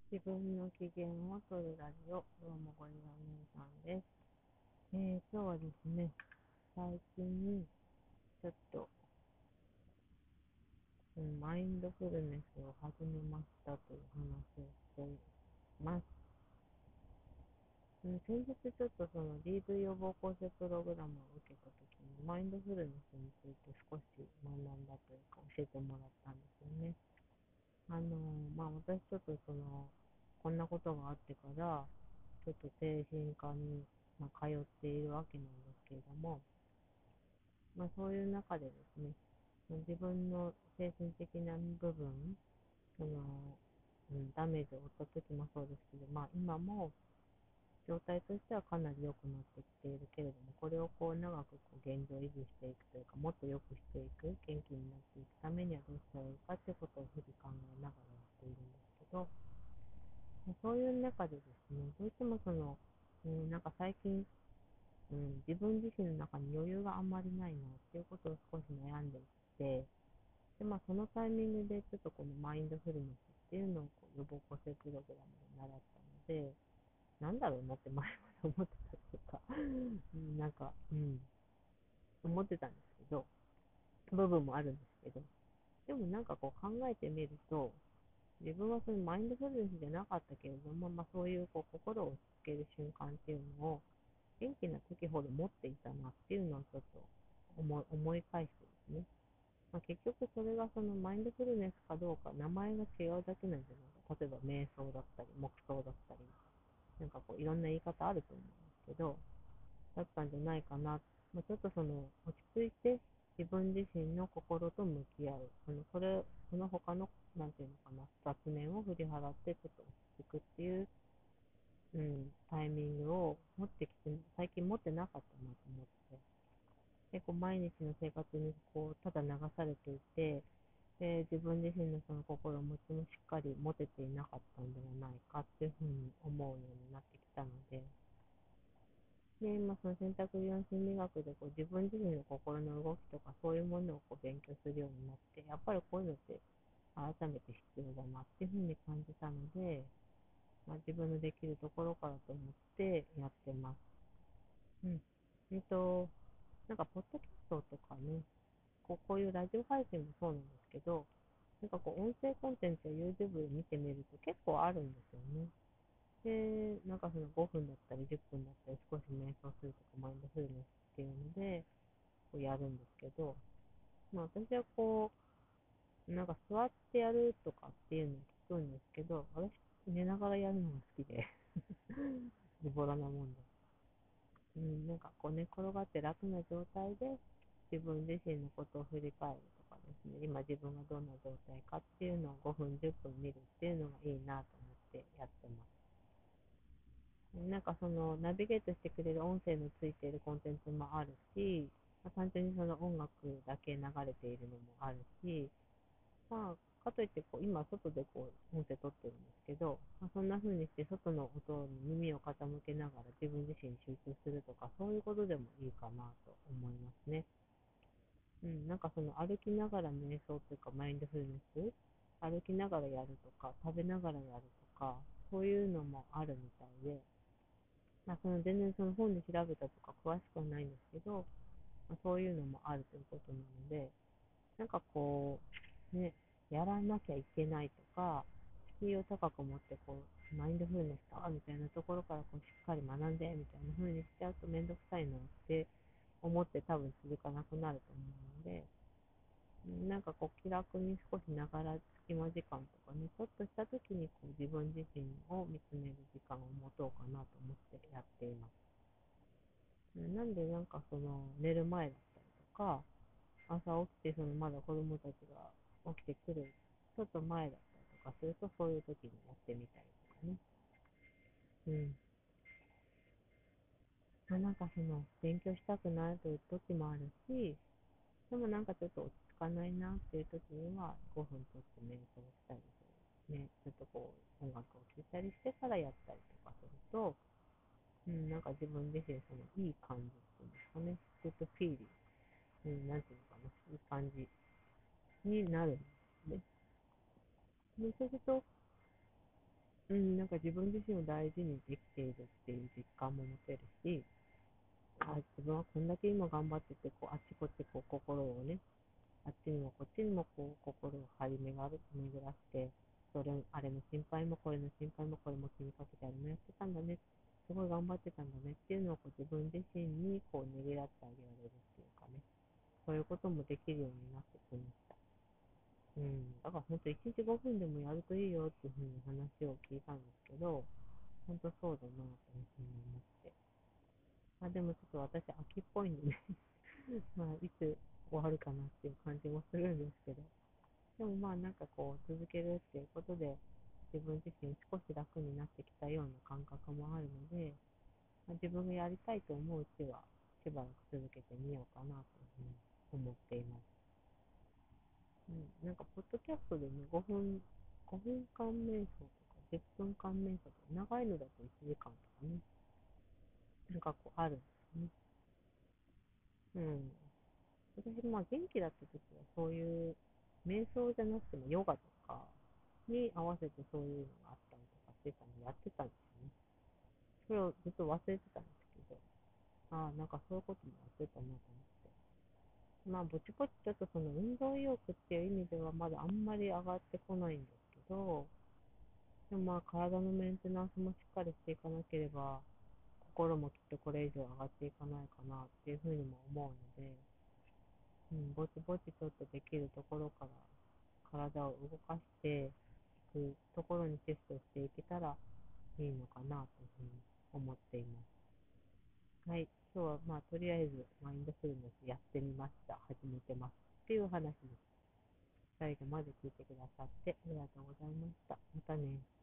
自分の機嫌を取るラジオ、どうもゴリラ姉さんです。今日はですね、最近ちょっと、マインドフルネスを始めましたという話をしています。先日ちょっとその DV 予防講習プログラムを受けたときに、マインドフルネスについて少し学んだというか教えてもらったんですよね。私ちょっとこんなことがあってから、ちょっと精神科に、通っているわけなんですけれども、そういう中でですね、自分の精神的な部分、その、ダメージを負った時もそうですけど、今も状態としてはかなり良くなってきているけれども、これを長く現状維持していくというか、もっと良くしていく、元気になっていくためにはどうしたらいいかということを日々考えながらやっているんですけど、そういう中でですね、どうしても最近、自分自身の中に余裕があんまりないなっていうことを少し悩んでいて、で、そのタイミングでちょっとこのマインドフルネスっていうのを予防補正プログラムで習ったので、なんだろうなって前まで思ってたりとか、思ってたんですけど、部分もあるんですけど、でも考えてみると、自分はそのマインドフルネスじゃなかったけれども、そういう心を落ち着ける瞬間っていうのを元気な時ほど持っていたなっていうのをちょっと思い返してですね。結局それがそのマインドフルネスかどうか名前が違うだけなんじゃないか。例えば瞑想だったり、黙想だったり、いろんな言い方あると思うんですけど、だったんじゃないかな。ちょっと落ち着いて自分自身の心と向き合う。その他の、なんていうのかな、雑念を振り払ってちょっと落ち着くっていう、タイミングを持ってきて、最近持ってなかったなと思って、結構毎日の生活にただ流されていて、で、自分自身のその心持ちもしっかり持てていなかったんではないかっていうふうに思うようになってきたので、で、その選択理論心理学で自分自身の心の動きとかそういうものを勉強するようになって、やっぱりこういうのって改めて必要だなっていうふうに感じたので、自分のできるところからと思ってやってます。うん。ポッドキャストとかね、こういうラジオ配信もそうなんですけど、音声コンテンツを YouTube で見てみると結構あるんですよね。で、その5分だったり10分だったり少し瞑想するとかマインドフルネスっていうので、やるんですけど、私は座ってやるとかっていうのを聞くんですけど、私寝ながらやるのが好きで、ズボラなもんで。寝転がって楽な状態で自分自身のことを振り返るとかですね、今自分がどんな状態かっていうのを5分、10分見るっていうのがいいなと思ってやってます。そのナビゲートしてくれる音声のついているコンテンツもあるし、単純にその音楽だけ流れているのもあるし、かといって今外で音声取ってるんですけど、そんな風にして外の音に耳を傾けながら自分自身に集中するとか、そういうことでもいいかなと思いますね。その歩きながら瞑想というかマインドフルネス、歩きながらやるとか、食べながらやるとか、そういうのもあるみたいで、全然その本で調べたとか詳しくはないんですけど、そういうのもあるということなので、ね、やらなきゃいけないとか、敷居を高く持ってマインドフルネスだみたいなところからしっかり学んでみたいな風にしちゃうとめんどくさいなって思って多分続かなくなると思うので、気楽に少しながら隙間時間とかね、ちょっとした時に自分自身を見つめる時間を持とうかなと思ってやっています。なんで寝る前だったりとか、朝起きてまだ子供たちが起きてくるちょっと前だったりとかすると、そういう時にやってみたりとかね。うん。勉強したくなるという時もあるし、でもちょっと落ち着かないなっていう時には5分ちょっと瞑想したりね、ちょっと音楽を聴いたりしてからやったりとかすると、自分自身いい感じっていうんですかね、グッドフィーリング、なんていうのかな、いい感じになるんですね。で、そうすると、 うん、なんか自分自身を大事にできているっていう実感も持てるし、自分はこんだけ今頑張ってて、こうあっちこっちこう心をね、あっちにもこっちにもこう心を張り巡らして、あれの心配もこれの心配もこれも気にかけてあれもやってたんだね、すごい頑張ってたんだねっていうのをこう自分自身にこうねぎらってあげられるっていうかね、そういうこともできるようになってきました。うん、だから本当1日5分でもやるといいよっていうふうに話を聞いたんですけど、本当そうだなというふうに思って。まあでもちょっと私秋っぽいんでねまあいつ終わるかなっていう感じもするんですけど、でもまあなんかこう続けるっていうことで自分自身少し楽になってきたような感覚もあるので、まあ、自分がやりたいと思ううちはしばらく続けてみようかなというふうに思っています。うん、なんかポッドキャストでね、5分間瞑想とか10分間瞑想とか、長いのだと1時間とかね、なんかこうあるんですね。うん。私、まあ元気だった時はそういう瞑想じゃなくてもヨガとかに合わせてそういうのがあったりとかしてたんでやってたんですよね。それをずっと忘れてたんですけど、ああ、なんかそういうこともやってたなと思って。まあぼちぼちちょっとその運動意欲っていう意味ではまだあんまり上がってこないんですけど、でもまあ体のメンテナンスもしっかりしていかなければ、心もきっとこれ以上上がっていかないかなっていうふうにも思うので、うん、ぼちぼちちょっとできるところから体を動かしていくところにシフトしていけたらいいのかなというふうに思っています。はい、今日はまあとりあえずマインドフルネスやってみました。始めてますっていう話です。最後まで聞いてくださってありがとうございました。またね。